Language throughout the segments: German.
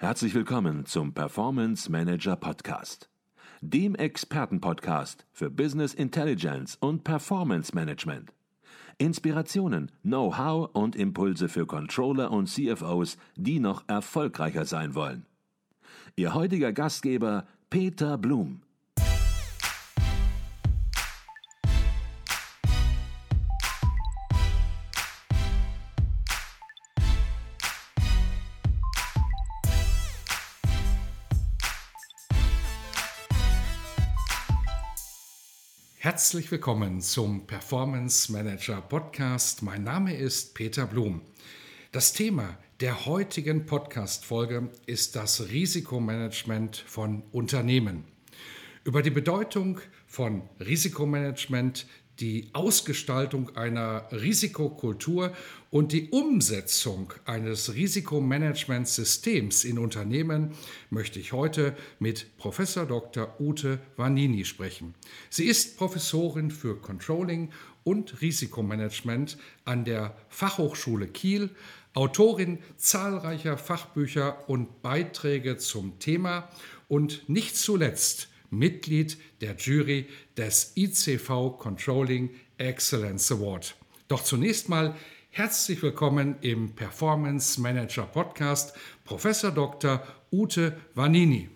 Herzlich willkommen zum Performance Manager Podcast, dem Expertenpodcast für Business Intelligence und Performance Management. Inspirationen, Know-how und Impulse für Controller und CFOs, die noch erfolgreicher sein wollen. Ihr heutiger Gastgeber Peter Blum. Herzlich willkommen zum Performance Manager Podcast. Mein Name ist Peter Blum. Das Thema der heutigen Podcast-Folge ist das Risikomanagement von Unternehmen. Über die Bedeutung von Risikomanagement, die Ausgestaltung einer Risikokultur und die Umsetzung eines Risikomanagementsystems in Unternehmen möchte ich heute mit Professor Dr. Ute Vanini sprechen. Sie ist Professorin für Controlling und Risikomanagement an der Fachhochschule Kiel, Autorin zahlreicher Fachbücher und Beiträge zum Thema und nicht zuletzt Mitglied der Jury des ICV Controlling Excellence Award. Doch zunächst mal herzlich willkommen im Performance Manager Podcast, Professor Dr. Ute Vanini.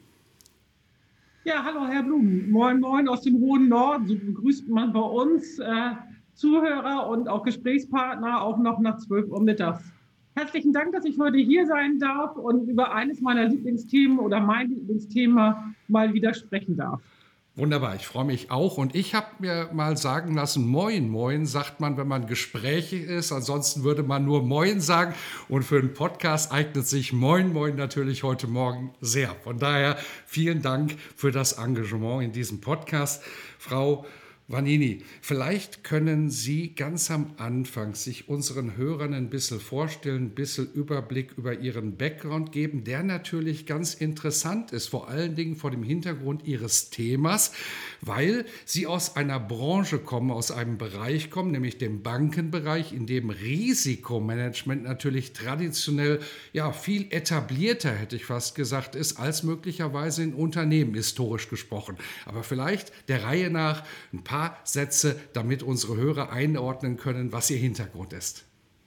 Ja, hallo Herr Blum. Moin, moin aus dem hohen Norden. So begrüßt man bei uns Zuhörer und auch Gesprächspartner auch noch nach 12 Uhr mittags. Herzlichen Dank, dass ich heute hier sein darf und über eines meiner Lieblingsthemen oder mein Lieblingsthema mal wieder sprechen darf. Wunderbar, ich freue mich auch. Und ich habe mir mal sagen lassen, Moin, Moin sagt man, wenn man gesprächig ist. Ansonsten würde man nur Moin sagen. Und für einen Podcast eignet sich Moin, Moin natürlich heute Morgen sehr. Von daher vielen Dank für das Engagement in diesem Podcast. Frau Vanini, vielleicht können Sie ganz am Anfang sich unseren Hörern ein bisschen vorstellen, ein bisschen Überblick über Ihren Background geben, der natürlich ganz interessant ist, vor allen Dingen vor dem Hintergrund Ihres Themas, weil Sie aus einer Branche kommen, aus einem Bereich kommen, nämlich dem Bankenbereich, in dem Risikomanagement natürlich traditionell viel etablierter, hätte ich fast gesagt, ist, als möglicherweise in Unternehmen, historisch gesprochen. Aber vielleicht der Reihe nach ein paar Sätze, damit unsere Hörer einordnen können, was ihr Hintergrund ist.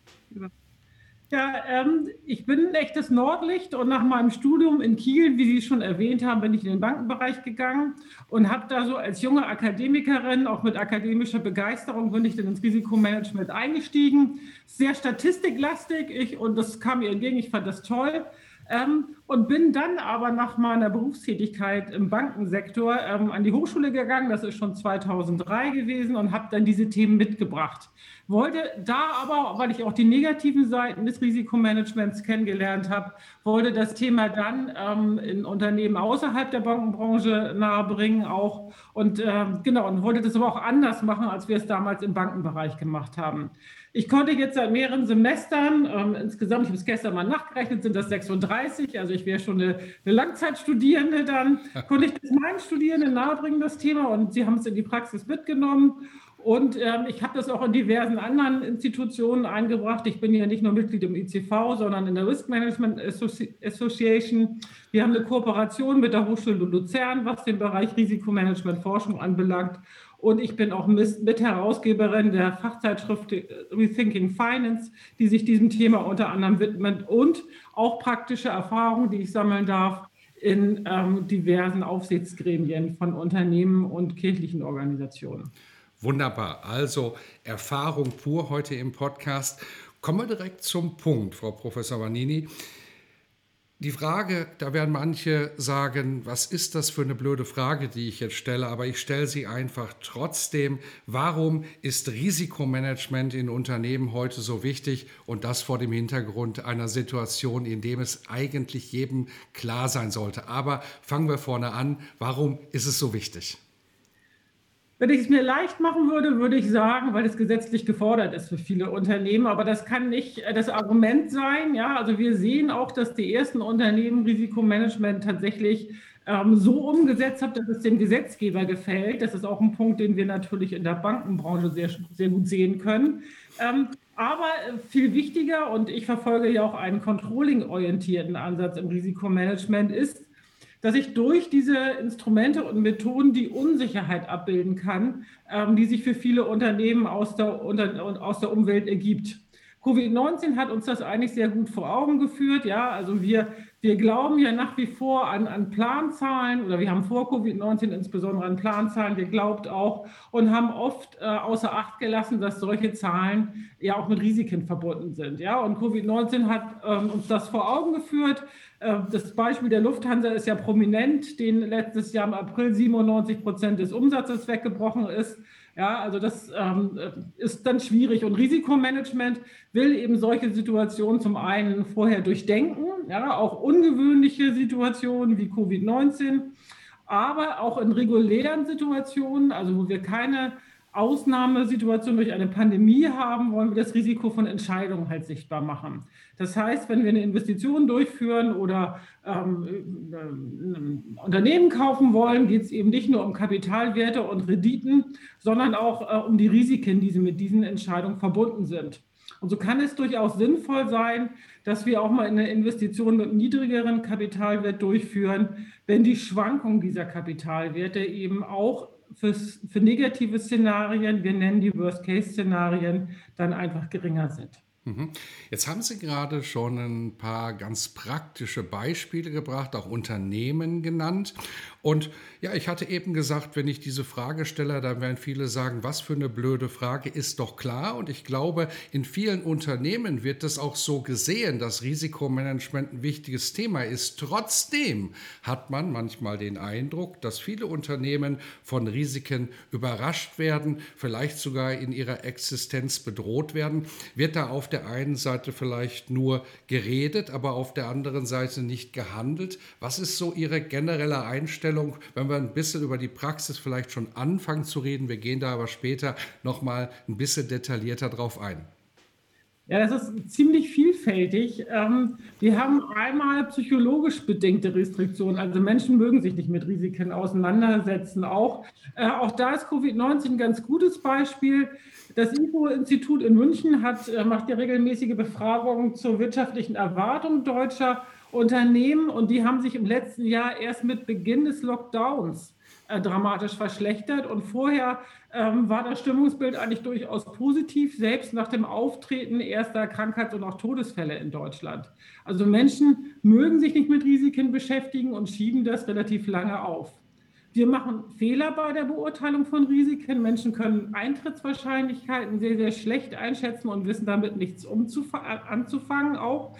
Ja, ich bin ein echtes Nordlicht und nach meinem Studium in Kiel, wie Sie schon erwähnt haben, bin ich in den Bankenbereich gegangen und habe da so als junge Akademikerin, auch mit akademischer Begeisterung, bin ich dann ins Risikomanagement eingestiegen. Sehr statistiklastig und das kam mir entgegen, ich fand das toll. Und bin dann aber nach meiner Berufstätigkeit im Bankensektor an die Hochschule gegangen, das ist schon 2003 gewesen, und habe dann diese Themen mitgebracht. Wollte da aber, weil ich auch die negativen Seiten des Risikomanagements kennengelernt habe, wollte das Thema dann in Unternehmen außerhalb der Bankenbranche nahebringen auch und wollte das aber auch anders machen, als wir es damals im Bankenbereich gemacht haben. Ich konnte jetzt seit mehreren Semestern, insgesamt, ich habe es gestern mal nachgerechnet, sind das 36, also ich wäre schon eine Langzeitstudierende dann, konnte ich das meinen Studierenden nahebringen, das Thema, und sie haben es in die Praxis mitgenommen. Und ich habe das auch in diversen anderen Institutionen eingebracht. Ich bin ja nicht nur Mitglied im ICV, sondern in der Risk Management Association. Wir haben eine Kooperation mit der Hochschule Luzern, was den Bereich Risikomanagement Forschung anbelangt. Und ich bin auch Mitherausgeberin der Fachzeitschrift Rethinking Finance, die sich diesem Thema unter anderem widmet, und auch praktische Erfahrungen, die ich sammeln darf in diversen Aufsichtsgremien von Unternehmen und kirchlichen Organisationen. Wunderbar, also Erfahrung pur heute im Podcast. Kommen wir direkt zum Punkt, Frau Professor Vanini. Die Frage, da werden manche sagen, was ist das für eine blöde Frage, die ich jetzt stelle, aber ich stelle sie einfach trotzdem. Warum ist Risikomanagement in Unternehmen heute so wichtig, und das vor dem Hintergrund einer Situation, in dem es eigentlich jedem klar sein sollte? Aber fangen wir vorne an, warum ist es so wichtig? Wenn ich es mir leicht machen würde, würde ich sagen, weil es gesetzlich gefordert ist für viele Unternehmen. Aber das kann nicht das Argument sein. Ja, also wir sehen auch, dass die ersten Unternehmen Risikomanagement tatsächlich so umgesetzt haben, dass es dem Gesetzgeber gefällt. Das ist auch ein Punkt, den wir natürlich in der Bankenbranche sehr, sehr gut sehen können. Aber viel wichtiger, und ich verfolge ja auch einen controlling-orientierten Ansatz im Risikomanagement, ist, dass ich durch diese Instrumente und Methoden die Unsicherheit abbilden kann, die sich für viele Unternehmen aus der Umwelt ergibt. Covid-19 hat uns das eigentlich sehr gut vor Augen geführt. Ja, also wir glauben ja nach wie vor an Planzahlen, oder wir haben vor Covid-19 insbesondere an Planzahlen geglaubt auch und haben oft außer Acht gelassen, dass solche Zahlen ja auch mit Risiken verbunden sind. Ja, und Covid-19 hat uns das vor Augen geführt. Das Beispiel der Lufthansa ist ja prominent, denen letztes Jahr im April 97% des Umsatzes weggebrochen ist. Ja, also das ist dann schwierig. Und Risikomanagement will eben solche Situationen zum einen vorher durchdenken, ja, auch ungewöhnliche Situationen wie Covid-19, aber auch in regulären Situationen, also wo wir keine Ausnahmesituation durch eine Pandemie haben, wollen wir das Risiko von Entscheidungen halt sichtbar machen. Das heißt, wenn wir eine Investition durchführen oder ein Unternehmen kaufen wollen, geht es eben nicht nur um Kapitalwerte und Renditen, sondern auch um die Risiken, die mit diesen Entscheidungen verbunden sind. Und so kann es durchaus sinnvoll sein, dass wir auch mal eine Investition mit einem niedrigeren Kapitalwert durchführen, wenn die Schwankung dieser Kapitalwerte eben auch für negative Szenarien, wir nennen die Worst-Case-Szenarien, dann einfach geringer sind. Jetzt haben Sie gerade schon ein paar ganz praktische Beispiele gebracht, auch Unternehmen genannt. Und ja, ich hatte eben gesagt, wenn ich diese Frage stelle, dann werden viele sagen, was für eine blöde Frage, ist doch klar. Und ich glaube, in vielen Unternehmen wird das auch so gesehen, dass Risikomanagement ein wichtiges Thema ist. Trotzdem hat man manchmal den Eindruck, dass viele Unternehmen von Risiken überrascht werden, vielleicht sogar in ihrer Existenz bedroht werden. Wird da auf der einen Seite vielleicht nur geredet, aber auf der anderen Seite nicht gehandelt? Was ist so Ihre generelle Einstellung, wenn wir ein bisschen über die Praxis vielleicht schon anfangen zu reden? Wir gehen da aber später nochmal ein bisschen detaillierter drauf ein. Ja, das ist ziemlich vielfältig. Wir haben einmal psychologisch bedingte Restriktionen. Also Menschen mögen sich nicht mit Risiken auseinandersetzen. Auch da ist Covid-19 ein ganz gutes Beispiel. Das IFO-Institut in München macht ja regelmäßige Befragungen zur wirtschaftlichen Erwartung deutscher Unternehmen. Und die haben sich im letzten Jahr erst mit Beginn des Lockdowns dramatisch verschlechtert. Und vorher war das Stimmungsbild eigentlich durchaus positiv, selbst nach dem Auftreten erster Krankheits- und auch Todesfälle in Deutschland. Also Menschen mögen sich nicht mit Risiken beschäftigen und schieben das relativ lange auf. Wir machen Fehler bei der Beurteilung von Risiken. Menschen können Eintrittswahrscheinlichkeiten sehr, sehr schlecht einschätzen und wissen damit nichts anzufangen auch.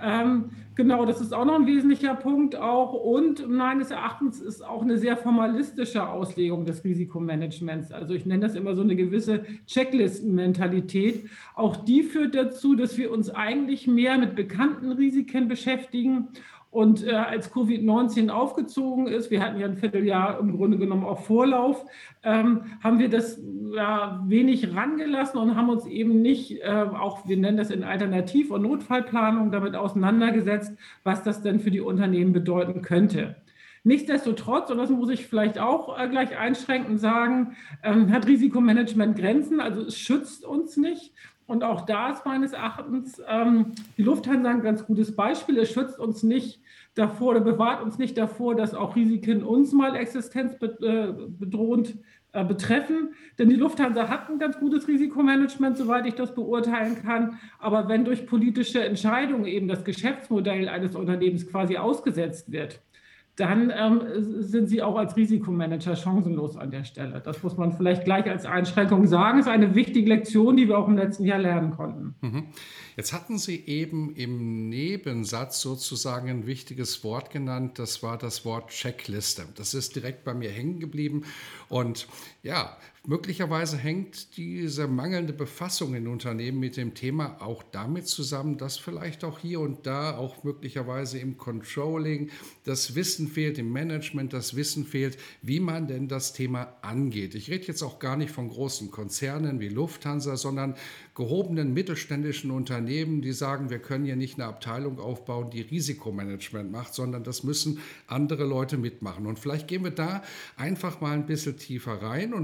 Genau, das ist auch noch ein wesentlicher Punkt auch. Und meines Erachtens ist auch eine sehr formalistische Auslegung des Risikomanagements. Also ich nenne das immer so eine gewisse Checklistenmentalität. Auch die führt dazu, dass wir uns eigentlich mehr mit bekannten Risiken beschäftigen. Und als Covid-19 aufgezogen ist, wir hatten ja ein Vierteljahr im Grunde genommen auch Vorlauf, haben wir das wenig rangelassen und haben uns eben nicht, auch wir nennen das in Alternativ- und Notfallplanung, damit auseinandergesetzt, was das denn für die Unternehmen bedeuten könnte. Nichtsdestotrotz, und das muss ich vielleicht auch gleich einschränkend sagen, hat Risikomanagement Grenzen, also es schützt uns nicht. Und auch da ist meines Erachtens die Lufthansa ein ganz gutes Beispiel. Es schützt uns nicht davor oder bewahrt uns nicht davor, dass auch Risiken uns mal existenzbedrohend betreffen. Denn die Lufthansa hat ein ganz gutes Risikomanagement, soweit ich das beurteilen kann. Aber wenn durch politische Entscheidungen eben das Geschäftsmodell eines Unternehmens quasi ausgesetzt wird, dann sind sie auch als Risikomanager chancenlos an der Stelle. Das muss man vielleicht gleich als Einschränkung sagen. Das ist eine wichtige Lektion, die wir auch im letzten Jahr lernen konnten. Jetzt hatten Sie eben im Nebensatz sozusagen ein wichtiges Wort genannt. Das war das Wort Checkliste. Das ist direkt bei mir hängen geblieben. Und ja, möglicherweise hängt diese mangelnde Befassung in Unternehmen mit dem Thema auch damit zusammen, dass vielleicht auch hier und da auch möglicherweise im Controlling das Wissen fehlt, im Management das Wissen fehlt, wie man denn das Thema angeht. Ich rede jetzt auch gar nicht von großen Konzernen wie Lufthansa, sondern gehobenen mittelständischen Unternehmen, die sagen, wir können hier nicht eine Abteilung aufbauen, die Risikomanagement macht, sondern das müssen andere Leute mitmachen. Und vielleicht gehen wir da einfach mal ein bisschen tiefer rein und fangen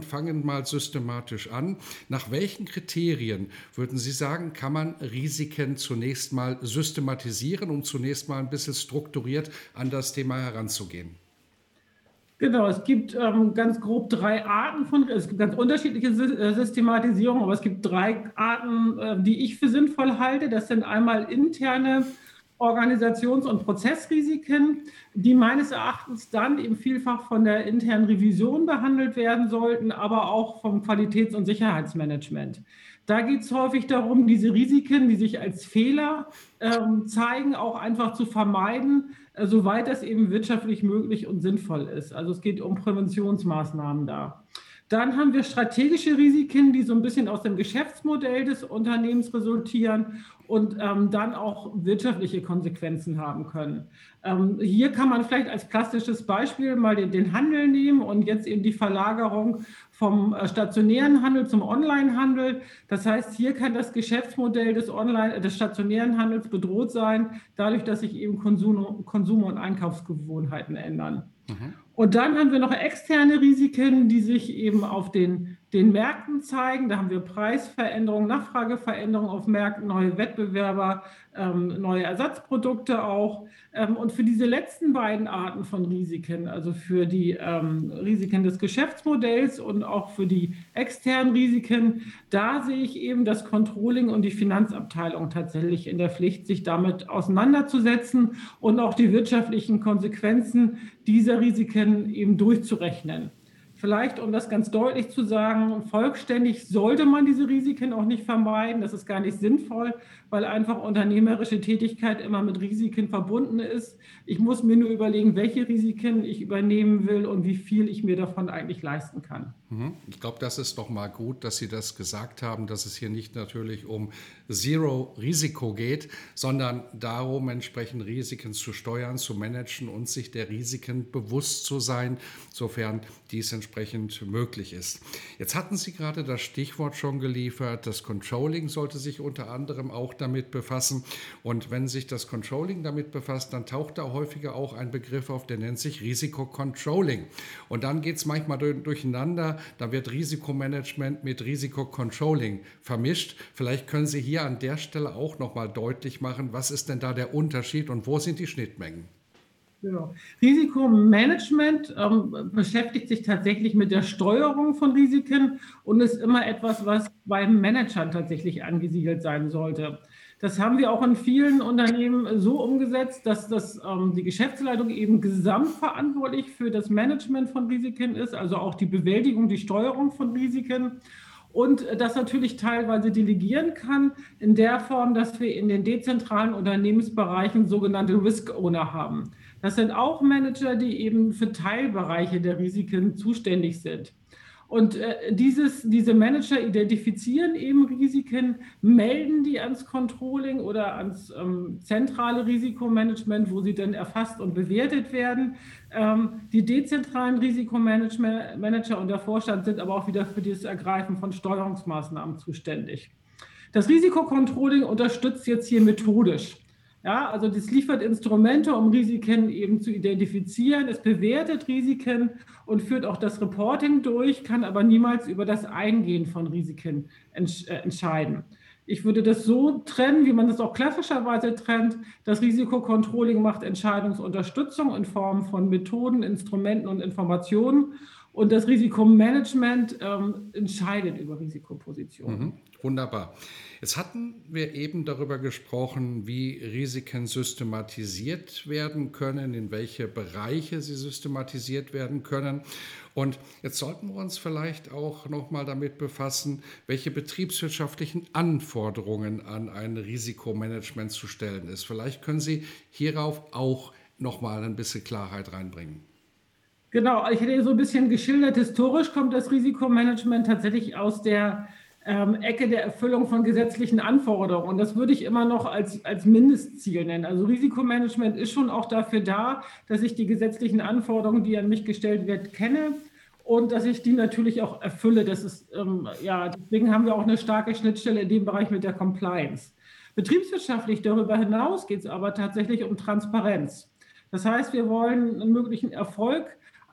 mal systematisch an. Nach welchen Kriterien würden Sie sagen, kann man Risiken zunächst mal systematisieren, um zunächst mal ein bisschen strukturiert an das Thema heranzugehen? Genau, es gibt ganz grob drei Arten es gibt ganz unterschiedliche Systematisierung, aber es gibt drei Arten, die ich für sinnvoll halte. Das sind einmal interne Organisations- und Prozessrisiken, die meines Erachtens dann eben vielfach von der internen Revision behandelt werden sollten, aber auch vom Qualitäts- und Sicherheitsmanagement. Da geht es häufig darum, diese Risiken, die sich als Fehler zeigen, auch einfach zu vermeiden, soweit das eben wirtschaftlich möglich und sinnvoll ist. Also es geht um Präventionsmaßnahmen da. Dann haben wir strategische Risiken, die so ein bisschen aus dem Geschäftsmodell des Unternehmens resultieren und dann auch wirtschaftliche Konsequenzen haben können. Hier kann man vielleicht als plastisches Beispiel mal den Handel nehmen und jetzt eben die Verlagerung vom stationären Handel zum Onlinehandel. Das heißt, hier kann das Geschäftsmodell des stationären Handels bedroht sein, dadurch, dass sich eben Konsum- und Einkaufsgewohnheiten ändern. Und dann haben wir noch externe Risiken, die sich eben auf den Märkten zeigen. Da haben wir Preisveränderungen, Nachfrageveränderungen auf Märkten, neue Wettbewerber, neue Ersatzprodukte auch. Und für diese letzten beiden Arten von Risiken, also für die Risiken des Geschäftsmodells und auch für die externen Risiken, da sehe ich eben das Controlling und die Finanzabteilung tatsächlich in der Pflicht, sich damit auseinanderzusetzen und auch die wirtschaftlichen Konsequenzen dieser Risiken eben durchzurechnen. Vielleicht, um das ganz deutlich zu sagen, vollständig sollte man diese Risiken auch nicht vermeiden. Das ist gar nicht sinnvoll, weil einfach unternehmerische Tätigkeit immer mit Risiken verbunden ist. Ich muss mir nur überlegen, welche Risiken ich übernehmen will und wie viel ich mir davon eigentlich leisten kann. Ich glaube, das ist doch mal gut, dass Sie das gesagt haben, dass es hier nicht natürlich um Zero-Risiko geht, sondern darum, entsprechend Risiken zu steuern, zu managen und sich der Risiken bewusst zu sein, sofern dies entsprechend möglich ist. Jetzt hatten Sie gerade das Stichwort schon geliefert, das Controlling sollte sich unter anderem auch damit befassen. Und wenn sich das Controlling damit befasst, dann taucht da häufiger auch ein Begriff auf, der nennt sich Risikocontrolling. Und dann geht es manchmal durcheinander, da wird Risikomanagement mit Risikocontrolling vermischt. Vielleicht können Sie hier an der Stelle auch nochmal deutlich machen, was ist denn da der Unterschied und wo sind die Schnittmengen? Ja. Risikomanagement beschäftigt sich tatsächlich mit der Steuerung von Risiken und ist immer etwas, was beim Managern tatsächlich angesiedelt sein sollte. Das haben wir auch in vielen Unternehmen so umgesetzt, dass die Geschäftsleitung eben gesamtverantwortlich für das Management von Risiken ist, also auch die Bewältigung, die Steuerung von Risiken. Und das natürlich teilweise delegieren kann, in der Form, dass wir in den dezentralen Unternehmensbereichen sogenannte Risk Owner haben. Das sind auch Manager, die eben für Teilbereiche der Risiken zuständig sind. Und diese Manager identifizieren eben Risiken, melden die ans Controlling oder ans zentrale Risikomanagement, wo sie dann erfasst und bewertet werden. Die dezentralen Risikomanager und der Vorstand sind aber auch wieder für das Ergreifen von Steuerungsmaßnahmen zuständig. Das Risikocontrolling unterstützt jetzt hier methodisch. Ja, also das liefert Instrumente, um Risiken eben zu identifizieren. Es bewertet Risiken und führt auch das Reporting durch, kann aber niemals über das Eingehen von Risiken entscheiden. Ich würde das so trennen, wie man das auch klassischerweise trennt. Das Risikocontrolling macht Entscheidungsunterstützung in Form von Methoden, Instrumenten und Informationen. Und das Risikomanagement entscheidet über Risikopositionen. Wunderbar. Jetzt hatten wir eben darüber gesprochen, wie Risiken systematisiert werden können, in welche Bereiche sie systematisiert werden können. Und jetzt sollten wir uns vielleicht auch nochmal damit befassen, welche betriebswirtschaftlichen Anforderungen an ein Risikomanagement zu stellen ist. Vielleicht können Sie hierauf auch nochmal ein bisschen Klarheit reinbringen. Genau, ich hätte so ein bisschen geschildert, historisch kommt das Risikomanagement tatsächlich aus der Ecke der Erfüllung von gesetzlichen Anforderungen. Und das würde ich immer noch als Mindestziel nennen. Also Risikomanagement ist schon auch dafür da, dass ich die gesetzlichen Anforderungen, die an mich gestellt werden, kenne und dass ich die natürlich auch erfülle. Das ist, deswegen haben wir auch eine starke Schnittstelle in dem Bereich mit der Compliance. Betriebswirtschaftlich darüber hinaus geht es aber tatsächlich um Transparenz. Das heißt, wir wollen einen möglichen Erfolg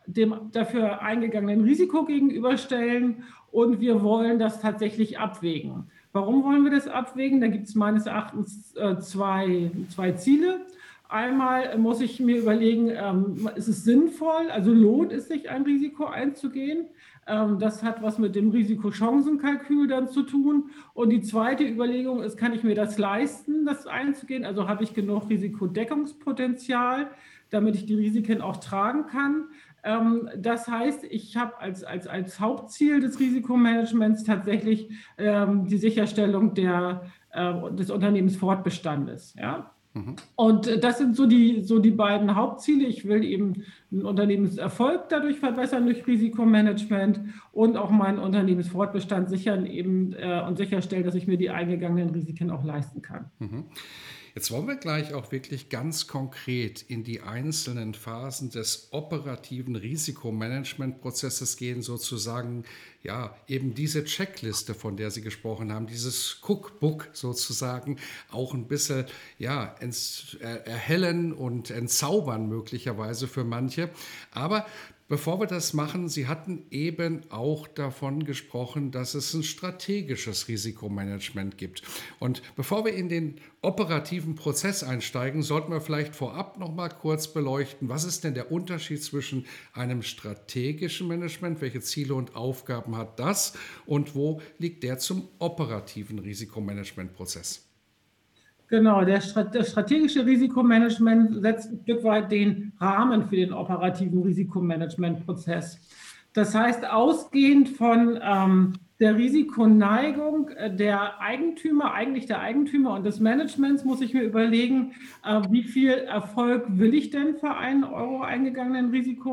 dem dafür eingegangenen Risiko gegenüberstellen und wir wollen das tatsächlich abwägen. Warum wollen wir das abwägen? Da gibt es meines Erachtens zwei Ziele. Einmal muss ich mir überlegen, ist es sinnvoll, also lohnt es sich, ein Risiko einzugehen? Das hat was mit dem Risiko-Chancen-Kalkül dann zu tun. Und die zweite Überlegung ist, kann ich mir das leisten, das einzugehen? Also habe ich genug Risikodeckungspotenzial, damit ich die Risiken auch tragen kann? Das heißt, ich habe als Hauptziel des Risikomanagements tatsächlich die Sicherstellung des Unternehmensfortbestandes. Ja? Und das sind so die beiden Hauptziele. Ich will eben einen Unternehmenserfolg dadurch verbessern durch Risikomanagement und auch meinen Unternehmensfortbestand sichern und sicherstellen, dass ich mir die eingegangenen Risiken auch leisten kann. Jetzt wollen wir gleich auch wirklich ganz konkret in die einzelnen Phasen des operativen Risikomanagementprozesses gehen, sozusagen, ja, eben diese Checkliste, von der Sie gesprochen haben, dieses Cookbook sozusagen auch ein bisschen, ja, erhellen und entzaubern möglicherweise für manche. Aber bevor wir das machen, Sie hatten eben auch davon gesprochen, dass es ein strategisches Risikomanagement gibt. Und bevor wir in den operativen Prozess einsteigen, sollten wir vielleicht vorab noch mal kurz beleuchten, was ist denn der Unterschied zwischen einem strategischen Management, welche Ziele und Aufgaben hat das und wo liegt der zum operativen Risikomanagementprozess? Genau, das strategische Risikomanagement setzt ein Stück weit den Rahmen für den operativen Risikomanagementprozess. Das heißt, ausgehend von der Risikoneigung der Eigentümer und des Managements muss ich mir überlegen, wie viel Erfolg will ich denn für einen Euro eingegangenen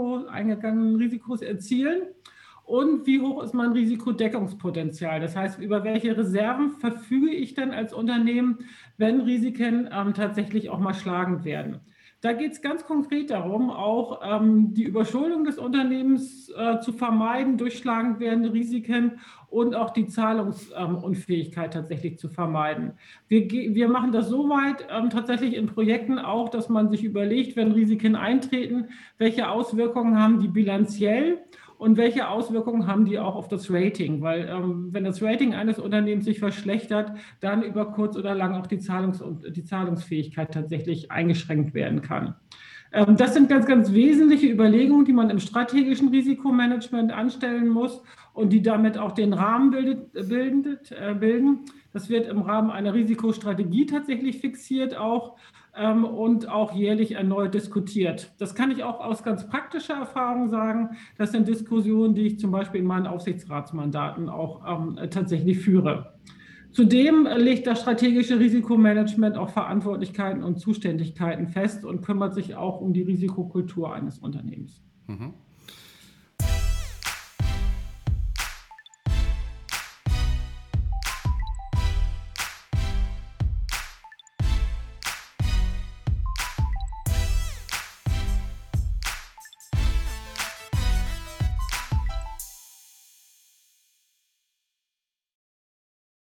Risikos erzielen? Und wie hoch ist mein Risikodeckungspotenzial? Das heißt, über welche Reserven verfüge ich denn als Unternehmen, wenn Risiken tatsächlich auch mal schlagend werden? Da geht es ganz konkret darum, auch die Überschuldung des Unternehmens zu vermeiden durch schlagend werdende Risiken und auch die Zahlungsunfähigkeit tatsächlich zu vermeiden. Wir machen das so weit tatsächlich in Projekten auch, dass man sich überlegt, wenn Risiken eintreten, welche Auswirkungen haben die bilanziell und welche Auswirkungen haben die auch auf das Rating? Weil wenn das Rating eines Unternehmens sich verschlechtert, dann über kurz oder lang auch die Zahlungsfähigkeit tatsächlich eingeschränkt werden kann. Das sind ganz, ganz wesentliche Überlegungen, die man im strategischen Risikomanagement anstellen muss und die damit auch den Rahmen bilden. Das wird im Rahmen einer Risikostrategie tatsächlich fixiert auch und auch jährlich erneut diskutiert. Das kann ich auch aus ganz praktischer Erfahrung sagen. Das sind Diskussionen, die ich zum Beispiel in meinen Aufsichtsratsmandaten auch tatsächlich führe. Zudem legt das strategische Risikomanagement auch Verantwortlichkeiten und Zuständigkeiten fest und kümmert sich auch um die Risikokultur eines Unternehmens.